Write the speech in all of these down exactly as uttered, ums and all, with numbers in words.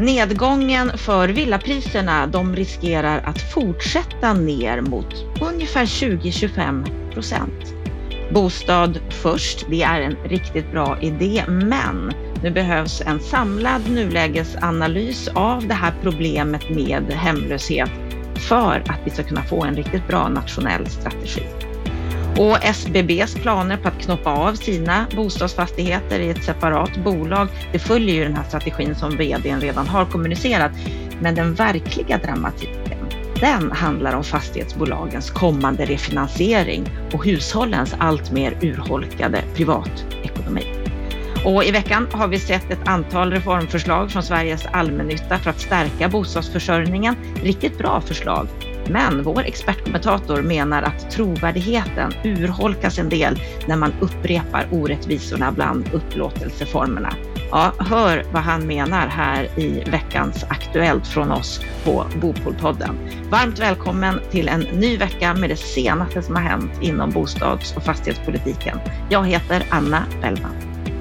Nedgången för villapriserna, de riskerar att fortsätta ner mot ungefär tjugo till tjugofem procent. Bostad först, det är en riktigt bra idé, men nu behövs en samlad nulägesanalys av det här problemet med hemlöshet för att vi ska kunna få en riktigt bra nationell strategi. Och S B B:s planer på att knoppa av sina bostadsfastigheter i ett separat bolag, det följer ju den här strategin som vdn redan har kommunicerat. Men den verkliga dramatiken, den handlar om fastighetsbolagens kommande refinansiering och hushållens allt mer urholkade privatekonomi. Och i veckan har vi sett ett antal reformförslag från Sveriges allmännytta för att stärka bostadsförsörjningen. Riktigt bra förslag. Men vår expertkommentator menar att trovärdigheten urholkas en del när man upprepar orättvisorna bland upplåtelseformerna. Ja, hör vad han menar här i veckans Aktuellt från oss på Bopolpodden. Varmt välkommen till en ny vecka med det senaste som har hänt inom bostads- och fastighetspolitiken. Jag heter Anna Bellman.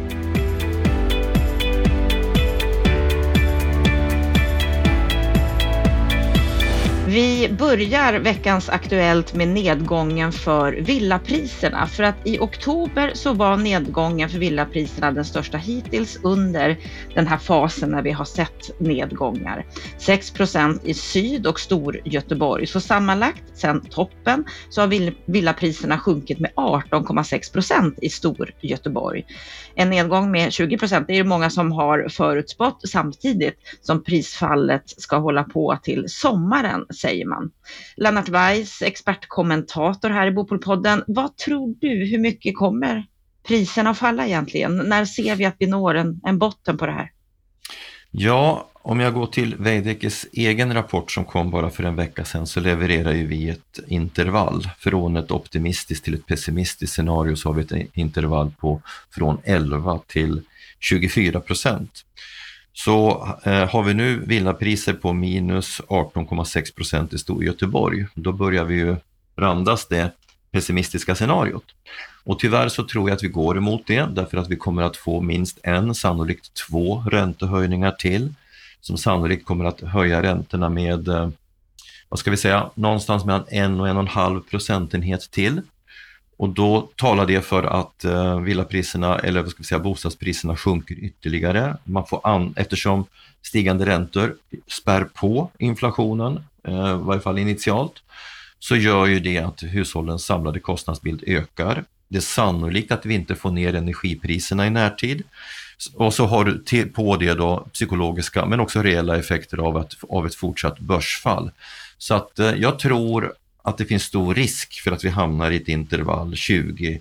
Vi börjar veckans Aktuellt med nedgången för villapriserna. För att i oktober så var nedgången för villapriserna den största hittills under den här fasen när vi har sett nedgångar. sex procent i Syd- och Storgöteborg. Så sammanlagt sedan toppen så har villapriserna sjunkit med arton komma sex procent i Storgöteborg. En nedgång med tjugo procent, det är det många som har förutspått, samtidigt som prisfallet ska hålla på till sommaren, säger man. Lennart Weiss, expertkommentator här i Bopolpodden. Vad tror du, hur mycket kommer priserna att falla egentligen? När ser vi att vi når en, en botten på det här? Ja, om jag går till Veidekkes egen rapport som kom bara för en vecka sedan, så levererar ju vi ett intervall. Från ett optimistiskt till ett pessimistiskt scenario så har vi ett intervall på från elva till tjugofyra procent. Så eh, har vi nu villapriser på minus arton komma sex procent i Storgöteborg. Då börjar vi ju randas det pessimistiska scenariot. Och tyvärr så tror jag att vi går emot det, därför att vi kommer att få minst en, sannolikt två räntehöjningar till, som sannolikt kommer att höja räntorna med, eh, vad ska vi säga, någonstans mellan en och en och en halv procentenhet till. Och då talar det för att eh, villapriserna, eller vad ska vi säga, bostadspriserna sjunker ytterligare. Man får an, eftersom stigande räntor spär på inflationen, eh, i varje fall initialt, så gör ju det att hushållens samlade kostnadsbild ökar. Det är sannolikt att vi inte får ner energipriserna i närtid. Och så har du till, på det då psykologiska men också reella effekter av ett, av ett fortsatt börsfall. Så att eh, jag tror att det finns stor risk för att vi hamnar i ett intervall tjugo,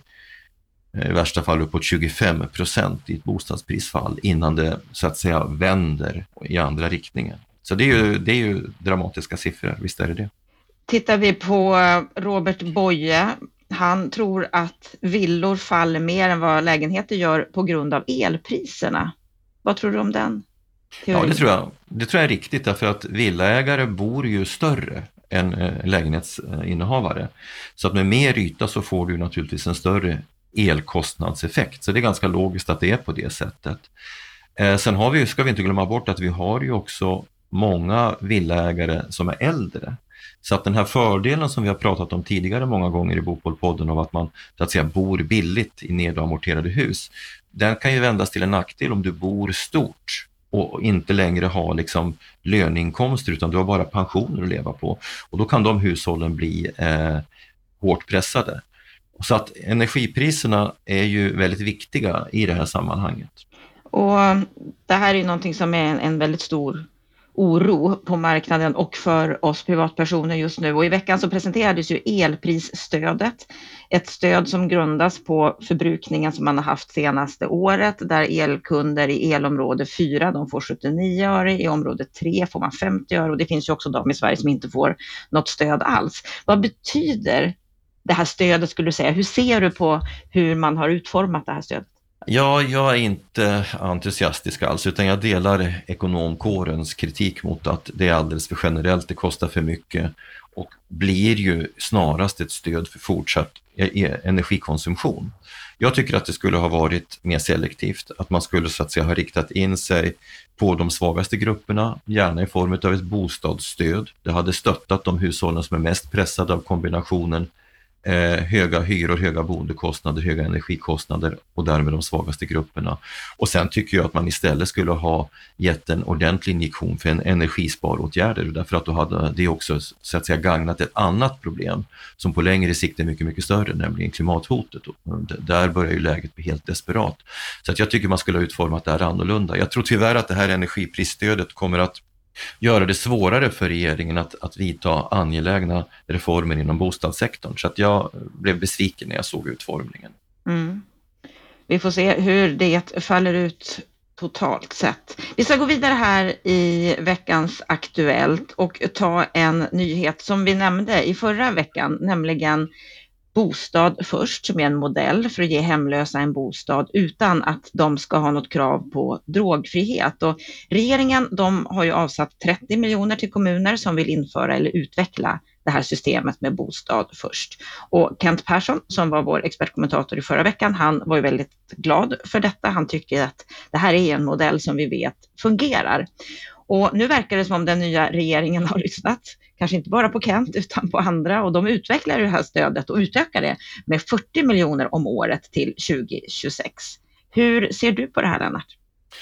i värsta fall uppåt tjugofem procent i ett bostadsprisfall innan det så att säga vänder i andra riktningen. Så det är ju, det är ju dramatiska siffror, visst är det det. Tittar vi på Robert Boye, han tror att villor faller mer än vad lägenheter gör på grund av elpriserna. Vad tror du om den teorin? Ja, det tror jag. Det tror jag är riktigt, därför att villaägare bor ju större än eh, lägenhetsinnehavare. Så att med mer yta så får du naturligtvis en större elkostnadseffekt. Så det är ganska logiskt att det är på det sättet. Eh, sen har vi, ska vi inte glömma bort att vi har ju också många villaägare som är äldre. Så att den här fördelen som vi har pratat om tidigare många gånger i Bopolpodden av att man så att säga bor billigt i nedamorterade hus, den kan ju vändas till en nackdel om du bor stort och inte längre har liksom löneinkomster utan du har bara pensioner att leva på. Och då kan de hushållen bli eh, hårt pressade. Så att energipriserna är ju väldigt viktiga i det här sammanhanget. Och det här är ju någonting som är en, en väldigt stor oro på marknaden och för oss privatpersoner just nu. Och i veckan så presenterades ju elprisstödet. Ett stöd som grundas på förbrukningen som man har haft senaste året, där elkunder i elområde fyra, de får sjuttionio öre, i område tre får man femtio öre, och det finns ju också de i Sverige som inte får något stöd alls. Vad betyder det här stödet, skulle du säga? Hur ser du på hur man har utformat det här stödet? Ja, jag är inte entusiastisk alls, utan jag delar ekonomkårens kritik mot att det är alldeles för generellt, det kostar för mycket och blir ju snarast ett stöd för fortsatt energikonsumtion. Jag tycker att det skulle ha varit mer selektivt, att man skulle så att säga ha riktat in sig på de svagaste grupperna, gärna i form av ett bostadsstöd. Det hade stöttat de hushållen som är mest pressade av kombinationen Eh, höga hyror, höga boendekostnader, höga energikostnader och därmed de svagaste grupperna. Och sen tycker jag att man istället skulle ha gett en ordentlig injektion för en energisparåtgärder, därför att då hade det också så att säga gagnat ett annat problem som på längre sikt är mycket, mycket större, nämligen klimathotet. Och där börjar ju läget bli helt desperat. Så att jag tycker man skulle ha utformat det här annorlunda. Jag tror tyvärr att det här energiprisstödet kommer att göra det svårare för regeringen att, att vidta angelägna reformer inom bostadssektorn. Så att jag blev besviken när jag såg utformningen. Mm. Vi får se hur det faller ut totalt sett. Vi ska gå vidare här i veckans Aktuellt och ta en nyhet som vi nämnde i förra veckan, nämligen Bostad först, som är en modell för att ge hemlösa en bostad utan att de ska ha något krav på drogfrihet. Och regeringen, de har ju avsatt trettio miljoner till kommuner som vill införa eller utveckla det här systemet med bostad först. Och Kent Persson, som var vår expertkommentator i förra veckan, han var ju väldigt glad för detta. Han tycker att det här är en modell som vi vet fungerar. Och nu verkar det som om den nya regeringen har lyssnat, kanske inte bara på Kent utan på andra, och de utvecklar det här stödet och utökar det med fyrtio miljoner om året till tjugo tjugosex. Hur ser du på det här, Lennart?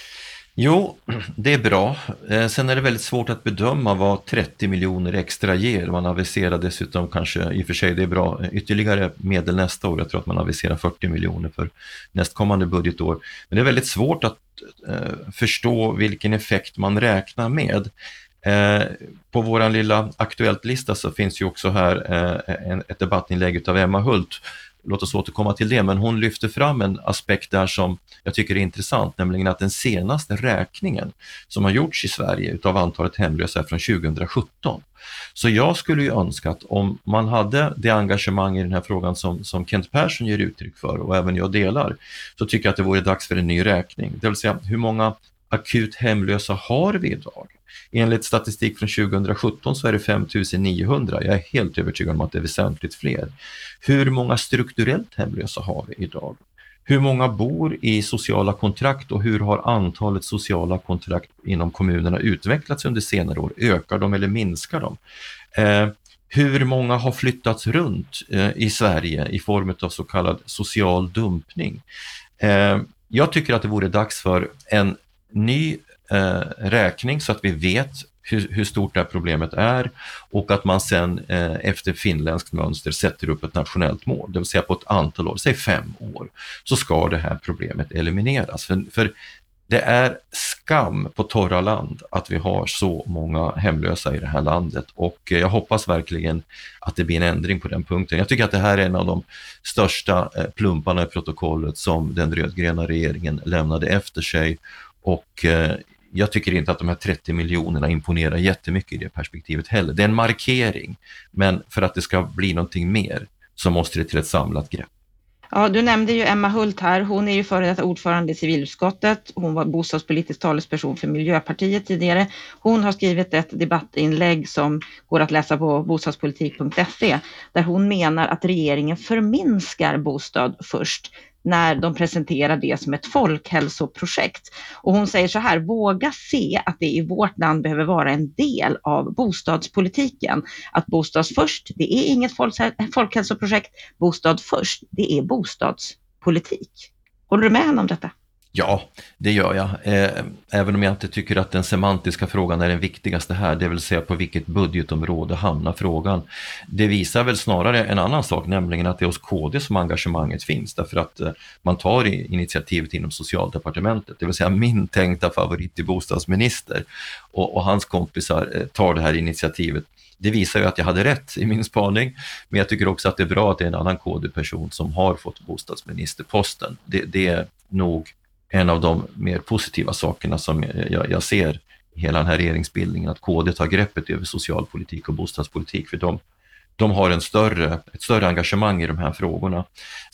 Jo, det är bra. Sen är det väldigt svårt att bedöma vad trettio miljoner extra ger. Man aviserar dessutom kanske, i och för sig det är bra, ytterligare medel nästa år. Jag tror att man aviserar fyrtio miljoner för nästkommande budgetår. Men det är väldigt svårt att eh, förstå vilken effekt man räknar med. Eh, på våran lilla Aktuellt-lista så finns ju också här eh, en, ett debattinlägg av Emma Hult. Låt oss återkomma till det, men hon lyfter fram en aspekt där som jag tycker är intressant, nämligen att den senaste räkningen som har gjorts i Sverige utav antalet hemlösa är från tjugohundrasjutton. Så jag skulle ju önska att om man hade det engagemang i den här frågan som, som Kent Persson ger uttryck för, och även jag delar, så tycker jag att det vore dags för en ny räkning. Det vill säga, hur många akut hemlösa har vi idag? Enligt statistik från tjugohundrasjutton så är det fem tusen niohundra. Jag är helt övertygad om att det är väsentligt fler. Hur många strukturellt hemlösa har vi idag? Hur många bor i sociala kontrakt och hur har antalet sociala kontrakt inom kommunerna utvecklats under senare år? Ökar de eller minskar de? Eh, hur många har flyttats runt eh, i Sverige i form av så kallad social dumpning? Eh, jag tycker att det vore dags för en ny eh, räkning så att vi vet hur, hur stort det här problemet är, och att man sen eh, efter finländskt mönster sätter upp ett nationellt mål, det vill säga på ett antal år, säg fem år, så ska det här problemet elimineras. För, för det är skam på torra land att vi har så många hemlösa i det här landet, och jag hoppas verkligen att det blir en ändring på den punkten. Jag tycker att det här är en av de största plumparna i protokollet som den rödgröna regeringen lämnade efter sig, och jag tycker inte att de här trettio miljonerna imponerar jättemycket i det perspektivet heller. Det är en markering, men för att det ska bli någonting mer så måste det till ett samlat grepp. Ja, du nämnde ju Emma Hult här. Hon är ju före detta ordförande i civilutskottet. Hon var bostadspolitisk talesperson för Miljöpartiet tidigare. Hon har skrivit ett debattinlägg som går att läsa på bostadspolitik punkt se, där hon menar att regeringen förminskar bostad först när de presenterar det som ett folkhälsoprojekt. Och hon säger så här: våga se att det i vårt land behöver vara en del av bostadspolitiken. Att bostad först, det är inget folkhälsoprojekt. Bostad först, det är bostadspolitik. Håller du med henne om detta? Ja, det gör jag. Även om jag inte tycker att den semantiska frågan är den viktigaste här, det vill säga på vilket budgetområde hamnar frågan. Det visar väl snarare en annan sak, nämligen att det är hos K D som engagemanget finns, därför att man tar initiativet inom socialdepartementet, det vill säga min tänkta favorit i bostadsminister och, och hans kompisar tar det här initiativet. Det visar ju att jag hade rätt i min spaning, men jag tycker också att det är bra att det är en annan K D-person som har fått bostadsministerposten. Det, det är nog en av de mer positiva sakerna som jag, jag ser i hela den här regeringsbildningen, att K D tar greppet över socialpolitik och bostadspolitik, för de, de har en större, ett större engagemang i de här frågorna. Så att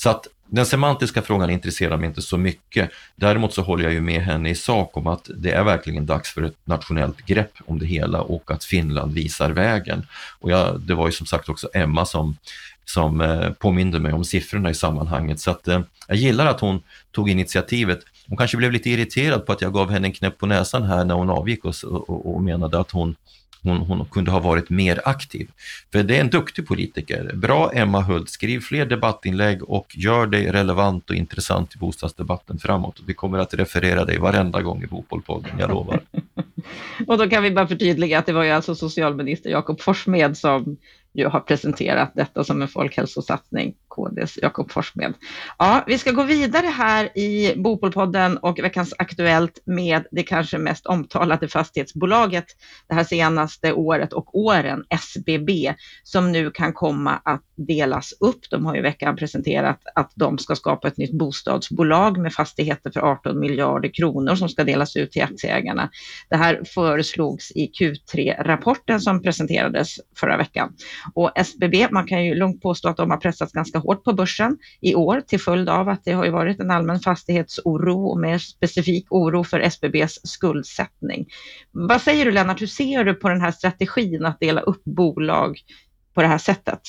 Den semantiska frågan intresserar mig inte så mycket. Däremot så håller jag ju med henne i sak om att det är verkligen dags för ett nationellt grepp om det hela och att Finland visar vägen. Och jag, det var ju som sagt också Emma som, som eh, påminde mig om siffrorna i sammanhanget. Så att, eh, jag gillar att hon tog initiativet. Hon kanske blev lite irriterad på att jag gav henne en knäpp på näsan här när hon avgick och, och, och menade att hon Hon, hon kunde ha varit mer aktiv. För det är en duktig politiker. Bra Emma Hult, skriv fler debattinlägg och gör dig relevant och intressant i bostadsdebatten framåt. Vi kommer att referera dig varenda gång i Bopolpodden, jag lovar. Och då kan vi bara förtydliga att det var ju alltså socialminister Jakob Forssmed som ju har presenterat detta som en folkhälsosatsning, K D:s Jakob Forssmed. Ja, vi ska gå vidare här i Bopolpodden och veckans Aktuellt med det kanske mest omtalade fastighetsbolaget det här senaste året och åren, S B B, som nu kan komma att delas upp. De har ju i veckan presenterat att de ska skapa ett nytt bostadsbolag med fastigheter för arton miljarder kronor som ska delas ut till aktieägarna. Det här föreslogs i Q tre-rapporten som presenterades förra veckan. Och S B B, man kan ju lugnt påstå att de har pressats ganska hårt på börsen i år till följd av att det har ju varit en allmän fastighetsoro och mer specifik oro för S B B:s skuldsättning. Vad säger du, Lennart? Hur ser du på den här strategin att dela upp bolag på det här sättet?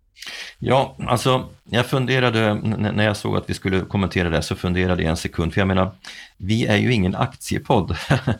Ja, alltså jag funderade, när jag såg att vi skulle kommentera det så funderade jag en sekund, för jag menar, vi är ju ingen aktiepodd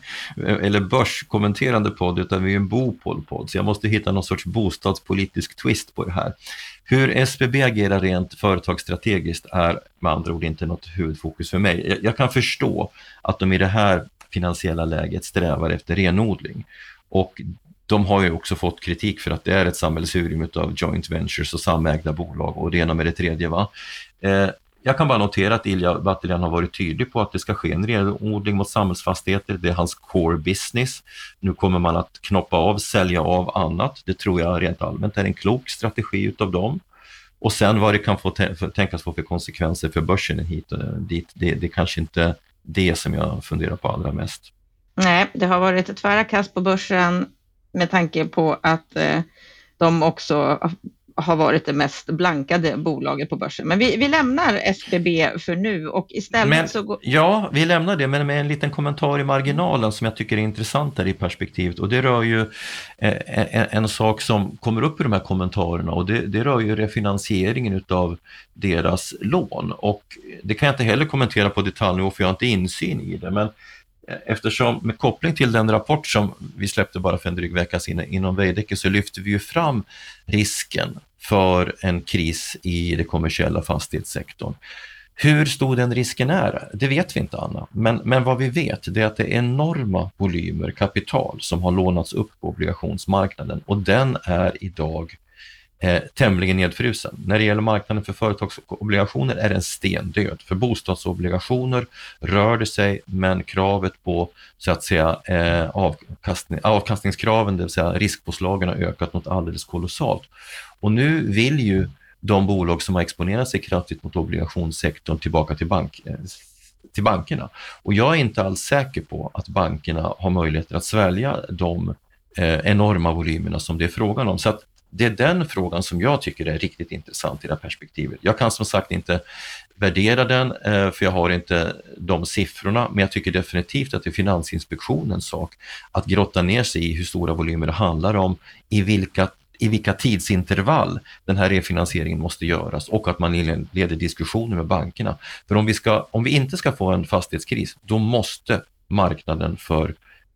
eller börskommenterande podd, utan vi är en Bopolpodd, så jag måste hitta någon sorts bostadspolitisk twist på det här. Hur S B B agerar rent företagsstrategiskt är med andra ord inte något huvudfokus för mig. Jag, jag kan förstå att de i det här finansiella läget strävar efter renodling, och de har ju också fått kritik för att det är ett samhällsutrymme av joint ventures och samägda bolag och det ena med det tredje, va? Eh, jag kan bara notera att Ilja Batljan har varit tydlig på att det ska ske en renodling mot samhällsfastigheter. Det är hans core business. Nu kommer man att knoppa av, sälja av annat. Det tror jag rent allmänt är en klok strategi utav dem. Och sen vad det kan få t- för, tänkas få för konsekvenser för börsen hit och dit, det, det är kanske inte det som jag funderar på allra mest. Nej, det har varit ett tvära kast på börsen med tanke på att eh, de också har varit det mest blankade bolaget på börsen. Men vi, vi lämnar S B B för nu och istället men, så går... Ja, vi lämnar det, men med en liten kommentar i marginalen som jag tycker är intressant här i perspektivet. Och det rör ju eh, en, en sak som kommer upp i de här kommentarerna, och det, det rör ju refinansieringen av deras lån. Och det kan jag inte heller kommentera på detaljnivå för jag har inte insyn i det, men eftersom med koppling till den rapport som vi släppte bara för en dryg vecka sedan inom Veidekke så lyfter vi ju fram risken för en kris i det kommersiella fastighetssektorn. Hur stor den risken är, det vet vi inte, Anna. Men, men vad vi vet det är att det är enorma volymer kapital som har lånats upp på obligationsmarknaden, och den är idag Eh, tämligen nedfrusen. När det gäller marknaden för företagsobligationer är den stendöd. För bostadsobligationer rör det sig, men kravet på så att säga eh, avkastning, avkastningskraven, det vill säga riskpåslagen, har ökat något alldeles kolossalt. Och nu vill ju de bolag som har exponerat sig kraftigt mot obligationssektorn tillbaka till bank eh, till bankerna. Och jag är inte alls säker på att bankerna har möjligheter att svälja de eh, enorma volymerna som det är frågan om. Så att det är den frågan som jag tycker är riktigt intressant i det här perspektivet. Jag kan som sagt inte värdera den för jag har inte de siffrorna, men jag tycker definitivt att det är Finansinspektionens sak att grotta ner sig i hur stora volymer det handlar om, i vilka, i vilka tidsintervall den här refinansieringen måste göras, och att man leder diskussioner med bankerna. För om vi, ska, om vi inte ska få en fastighetskris, då måste marknaden för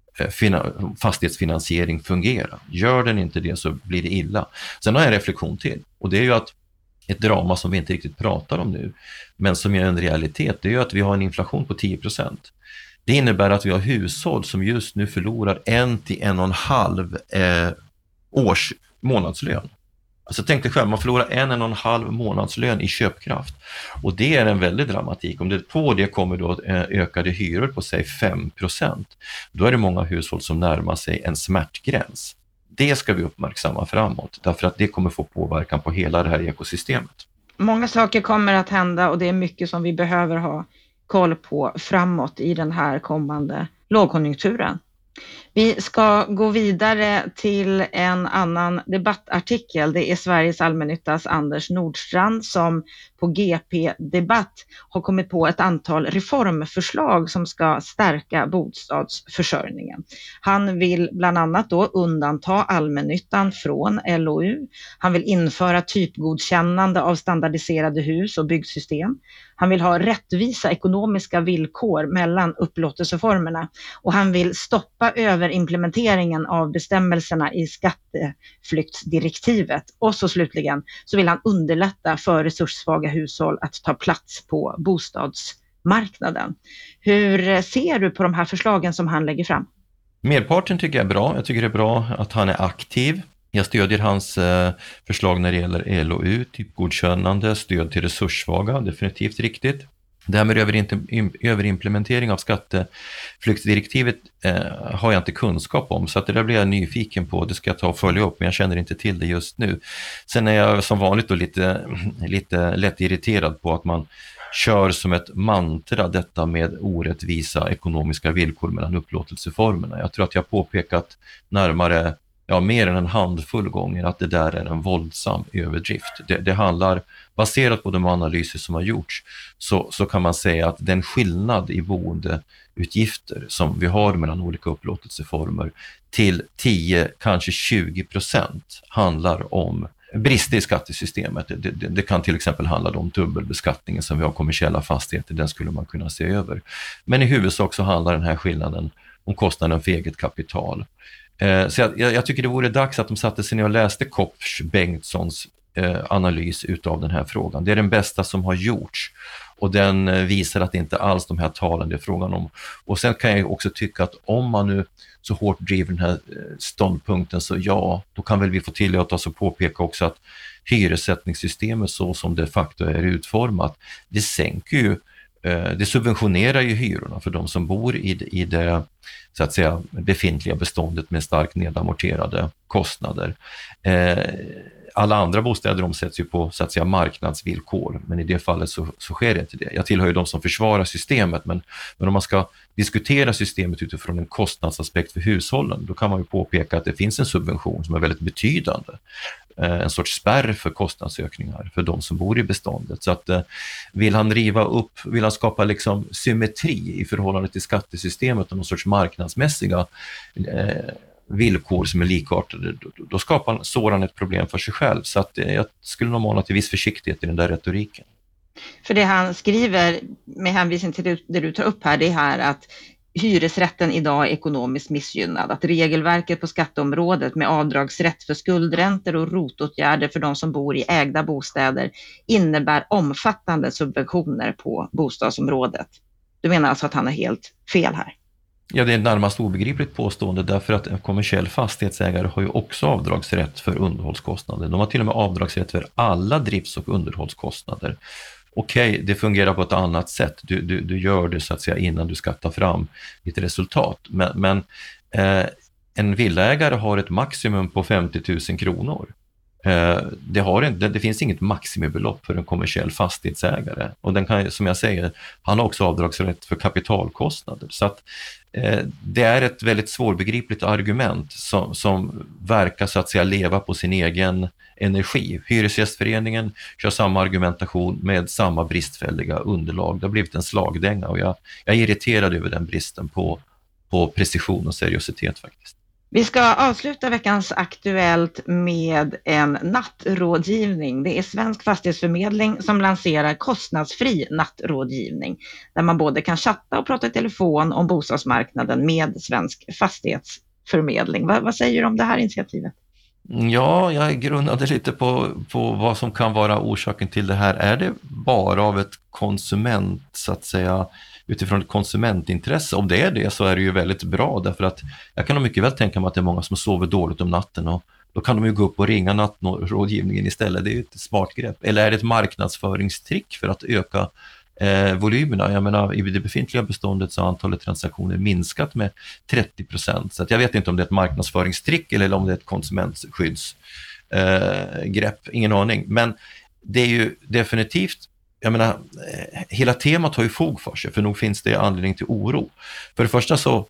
fastighetsfinansiering fungera. Gör den inte det så blir det illa. Sen har jag en reflektion till, och det är ju att ett drama som vi inte riktigt pratar om nu, men som är en realitet, det är ju att vi har en inflation på tio procent. Det innebär att vi har hushåll som just nu förlorar en till en och en halv eh, års månadslön. Alltså tänk dig själv, man förlorar en, en och en halv månadslön i köpkraft. Och det är en väldig dramatik. Om det på det kommer då ökade hyror på sig fem procent, då är det många hushåll som närmar sig en smärtgräns. Det ska vi uppmärksamma framåt, därför att det kommer få påverkan på hela det här ekosystemet. Många saker kommer att hända och det är mycket som vi behöver ha koll på framåt i den här kommande lågkonjunkturen. Vi ska gå vidare till en annan debattartikel. Det är Sveriges Allmännyttas Anders Nordstrand som på G P Debatt har kommit på ett antal reformförslag som ska stärka bostadsförsörjningen. Han vill bland annat då undanta allmännyttan från L O U. Han vill införa typgodkännande av standardiserade hus och byggsystem. Han vill ha rättvisa ekonomiska villkor mellan upplåtelseformerna och han vill stoppa överimplementeringen av bestämmelserna i skatteflyktsdirektivet. Och så slutligen så vill han underlätta för resurssvaga hushåll att ta plats på bostadsmarknaden. Hur ser du på de här förslagen som han lägger fram? Merparten tycker jag är bra. Jag tycker det är bra att han är aktiv. Jag stödjer hans eh, förslag när det gäller L O U, typgodkännande, stöd till resurssvaga, definitivt riktigt. Det här med överimplementering av skatteflyktsdirektivet eh, har jag inte kunskap om, så att det där blir jag nyfiken på. Det ska jag ta och följa upp, men jag känner inte till det just nu. Sen är jag som vanligt då lite, lite lätt irriterad på att man kör som ett mantra detta med orättvisa ekonomiska villkor mellan upplåtelseformerna. Jag tror att jag har påpekat närmare ja, mer än en handfull gånger att det där är en våldsam överdrift. Det, det handlar, baserat på de analyser som har gjorts, så, så kan man säga att den skillnad i boendeutgifter som vi har mellan olika upplåtelseformer till tio, kanske tjugo procent handlar om brister i skattesystemet. Det, det, det kan till exempel handla om dubbelbeskattningen som vi har kommersiella fastigheter, den skulle man kunna se över. Men i huvudsak så handlar den här skillnaden om kostnaden för eget kapital. Så jag, jag tycker det vore dags att de satte sig ner och läste Kopsch Bengtssons eh, analys utav den här frågan. Det är den bästa som har gjorts och den eh, visar att det inte alls de här talen det är frågan om. Och sen kan jag också tycka att om man nu så hårt driver den här eh, ståndpunkten, så ja, då kan väl vi få tillåta oss att påpeka också att hyressättningssystemet så som det facto är utformat, det sänker ju det subventionerar ju hyrorna för de som bor i det, i det så att säga befintliga beståndet med starkt nedamorterade kostnader. Eh, alla andra bostäder omsätts ju på så att säga marknadsvillkor, men i det fallet så, så sker det inte det. Jag tillhör ju de som försvarar systemet, men, men om man ska diskutera systemet utifrån en kostnadsaspekt för hushållen, då kan man ju påpeka att det finns en subvention som är väldigt betydande. En sorts spärr för kostnadsökningar för de som bor i beståndet. Så att vill han riva upp, vill han skapa liksom symmetri i förhållande till skattesystemet och någon sorts marknadsmässiga eh, villkor som är likartade, då, då skapar han sådan ett problem för sig själv. Så att eh, jag skulle nog mana till viss försiktighet i den där retoriken. För det han skriver med hänvisning till det du tar upp här, det är här att hyresrätten idag är ekonomiskt missgynnad, att regelverket på skatteområdet med avdragsrätt för skuldräntor och rotåtgärder för de som bor i ägda bostäder innebär omfattande subventioner på bostadsområdet. Du menar alltså att han har helt fel här? Ja, det är ett närmast obegripligt påstående, därför att en kommersiell fastighetsägare har ju också avdragsrätt för underhållskostnader. De har till och med avdragsrätt för alla drifts- och underhållskostnader. Okej, det fungerar på ett annat sätt. Du, du, du gör det så att säga innan du skattar fram ditt resultat. Men, men eh, en villaägare har ett maximum på femtio tusen kronor. Eh, det, har en, det, det finns inget maximibelopp för en kommersiell fastighetsägare. Och den kan, som jag säger, han har också avdragsrätt för kapitalkostnader. Så att eh, det är ett väldigt svårbegripligt argument som, som verkar så att säga leva på sin egen energi. Hyresgästföreningen kör samma argumentation med samma bristfälliga underlag. Det har blivit en slagdänga och jag, jag är irriterad över den bristen på, på precision och seriositet faktiskt. Vi ska avsluta veckans Aktuellt med en nattrådgivning. Det är Svensk Fastighetsförmedling som lanserar kostnadsfri nattrådgivning där man både kan chatta och prata i telefon om bostadsmarknaden med Svensk Fastighetsförmedling. Vad, vad säger du om det här initiativet? Ja, jag grundade lite på, på vad som kan vara orsaken till det här. Är det bara av ett konsument, så att säga, utifrån ett konsumentintresse? Om det är det så är det ju väldigt bra, därför att jag kan nog mycket väl tänka mig att det är många som sover dåligt om natten och då kan de ju gå upp och ringa nattrådgivningen istället. Det är ju ett smart grepp. Eller är det ett marknadsföringstrick för att öka eh, volymerna? Jag menar, i det befintliga beståndet så har antalet transaktioner minskat med trettio procent. Så att jag vet inte om det är ett marknadsföringstrick eller om det är ett konsumentskyddsgrepp. Eh, Ingen aning. Men det är ju definitivt, jag menar, hela temat har ju fog för sig, för nog finns det anledning till oro. För det första så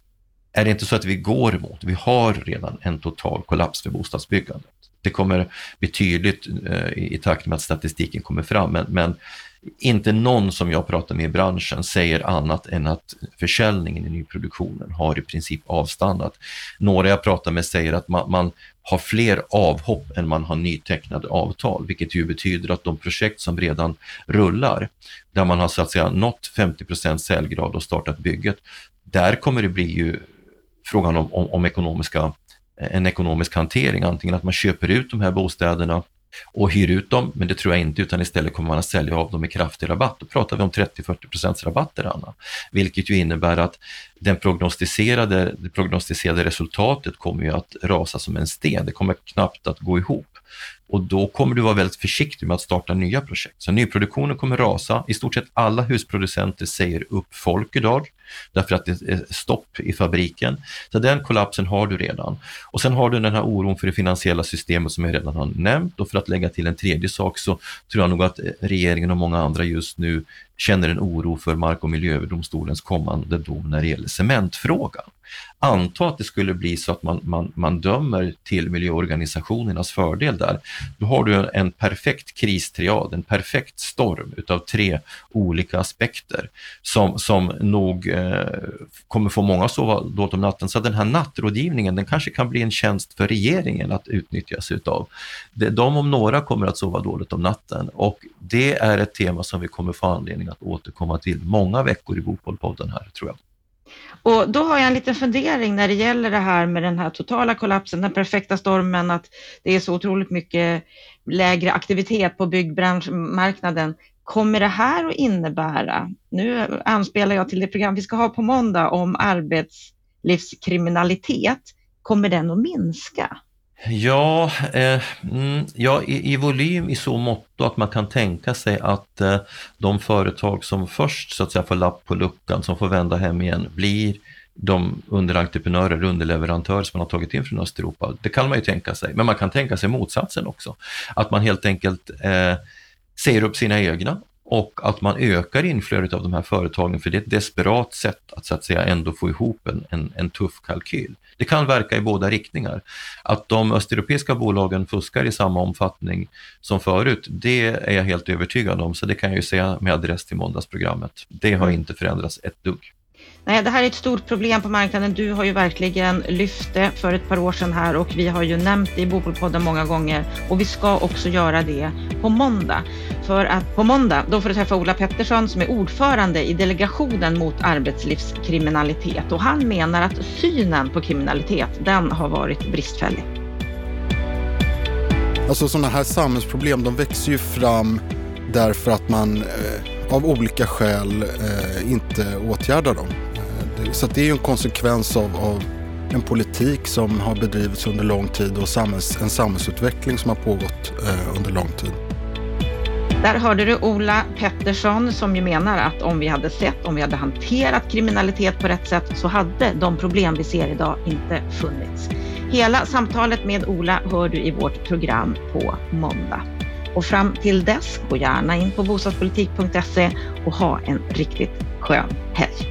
är det inte så att vi går emot. Vi har redan en total kollaps för bostadsbyggandet. Det kommer bli tydligt eh, i, i takt med att statistiken kommer fram, men, men inte någon som jag pratar med i branschen säger annat än att försäljningen i nyproduktionen har i princip avstannat. Några jag pratar med säger att man, man har fler avhopp än man har nytecknade avtal, vilket ju betyder att de projekt som redan rullar, där man har så att säga nått femtio procent säljgrad och startat bygget, där kommer det bli ju frågan om, om, om ekonomiska, en ekonomisk hantering, antingen att man köper ut de här bostäderna och hyr ut dem, men det tror jag inte, utan istället kommer man att sälja av dem i kraftig rabatt. Då pratar vi om trettio till fyrtio procent rabatter, Anna. Vilket ju innebär att den prognostiserade, det prognostiserade resultatet kommer ju att rasa som en sten. Det kommer knappt att gå ihop. Och då kommer du vara väldigt försiktig med att starta nya projekt. Så nyproduktionen kommer rasa. I stort sett alla husproducenter säger upp folk idag, därför att det är stopp i fabriken. Så den kollapsen har du redan. Och sen har du den här oron för det finansiella systemet som jag redan har nämnt. Och för att lägga till en tredje sak, så tror jag nog att regeringen och många andra just nu känner en oro för Mark- och miljööverdomstolens kommande dom när det gäller cementfrågan. Anta att det skulle bli så att man, man, man dömer till miljöorganisationernas fördel där. Då har du en perfekt kristriad, en perfekt storm utav tre olika aspekter som, som nog eh, kommer få många att sova dåligt om natten. Så den här nattrådgivningen, den kanske kan bli en tjänst för regeringen att utnyttjas utav. De om några kommer att sova dåligt om natten, och det är ett tema som vi kommer få anledning att återkomma till många veckor i Bopolpodden här, tror jag. Och då har jag en liten fundering när det gäller det här med den här totala kollapsen, den perfekta stormen, att det är så otroligt mycket lägre aktivitet på byggbranschmarknaden. Kommer det här att innebära, nu anspelar jag till det program vi ska ha på måndag om arbetslivskriminalitet, kommer den att minska? Ja, eh, mm, ja i, i volym i så mått att man kan tänka sig att eh, de företag som först så att säga får lapp på luckan, som får vända hem igen, blir de underentreprenörer, underleverantörer som man har tagit in från Östeuropa. Det kan man ju tänka sig, men man kan tänka sig motsatsen också. Att man helt enkelt eh, ser upp sina egna, och att man ökar inflödet av de här företagen, för det är ett desperat sätt att så att säga ändå få ihop en, en, en tuff kalkyl. Det kan verka i båda riktningar. Att de östeuropeiska bolagen fuskar i samma omfattning som förut, det är jag helt övertygad om, så det kan jag ju säga med adress till måndagsprogrammet. Det har inte förändrats ett dugg. Nej, det här är ett stort problem på marknaden. Du har ju verkligen lyft det för ett par år sedan här, och vi har ju nämnt det i Bopolpodden många gånger, och vi ska också göra det på måndag. För att på måndag, då får du träffa Ola Pettersson som är ordförande i delegationen mot arbetslivskriminalitet, och han menar att synen på kriminalitet, den har varit bristfällig. Alltså sådana här samhällsproblem, de växer ju fram därför att man eh, av olika skäl eh, inte åtgärdar dem. Eh, så att det är ju en konsekvens av, av en politik som har bedrivits under lång tid, och samhälls, en samhällsutveckling som har pågått eh, under lång tid. Där hörde du Ola Pettersson som ju menar att om vi hade sett, om vi hade hanterat kriminalitet på rätt sätt, så hade de problem vi ser idag inte funnits. Hela samtalet med Ola hör du i vårt program på måndag. Och fram till dess, gå gärna in på bostadspolitik punkt se och ha en riktigt skön helg.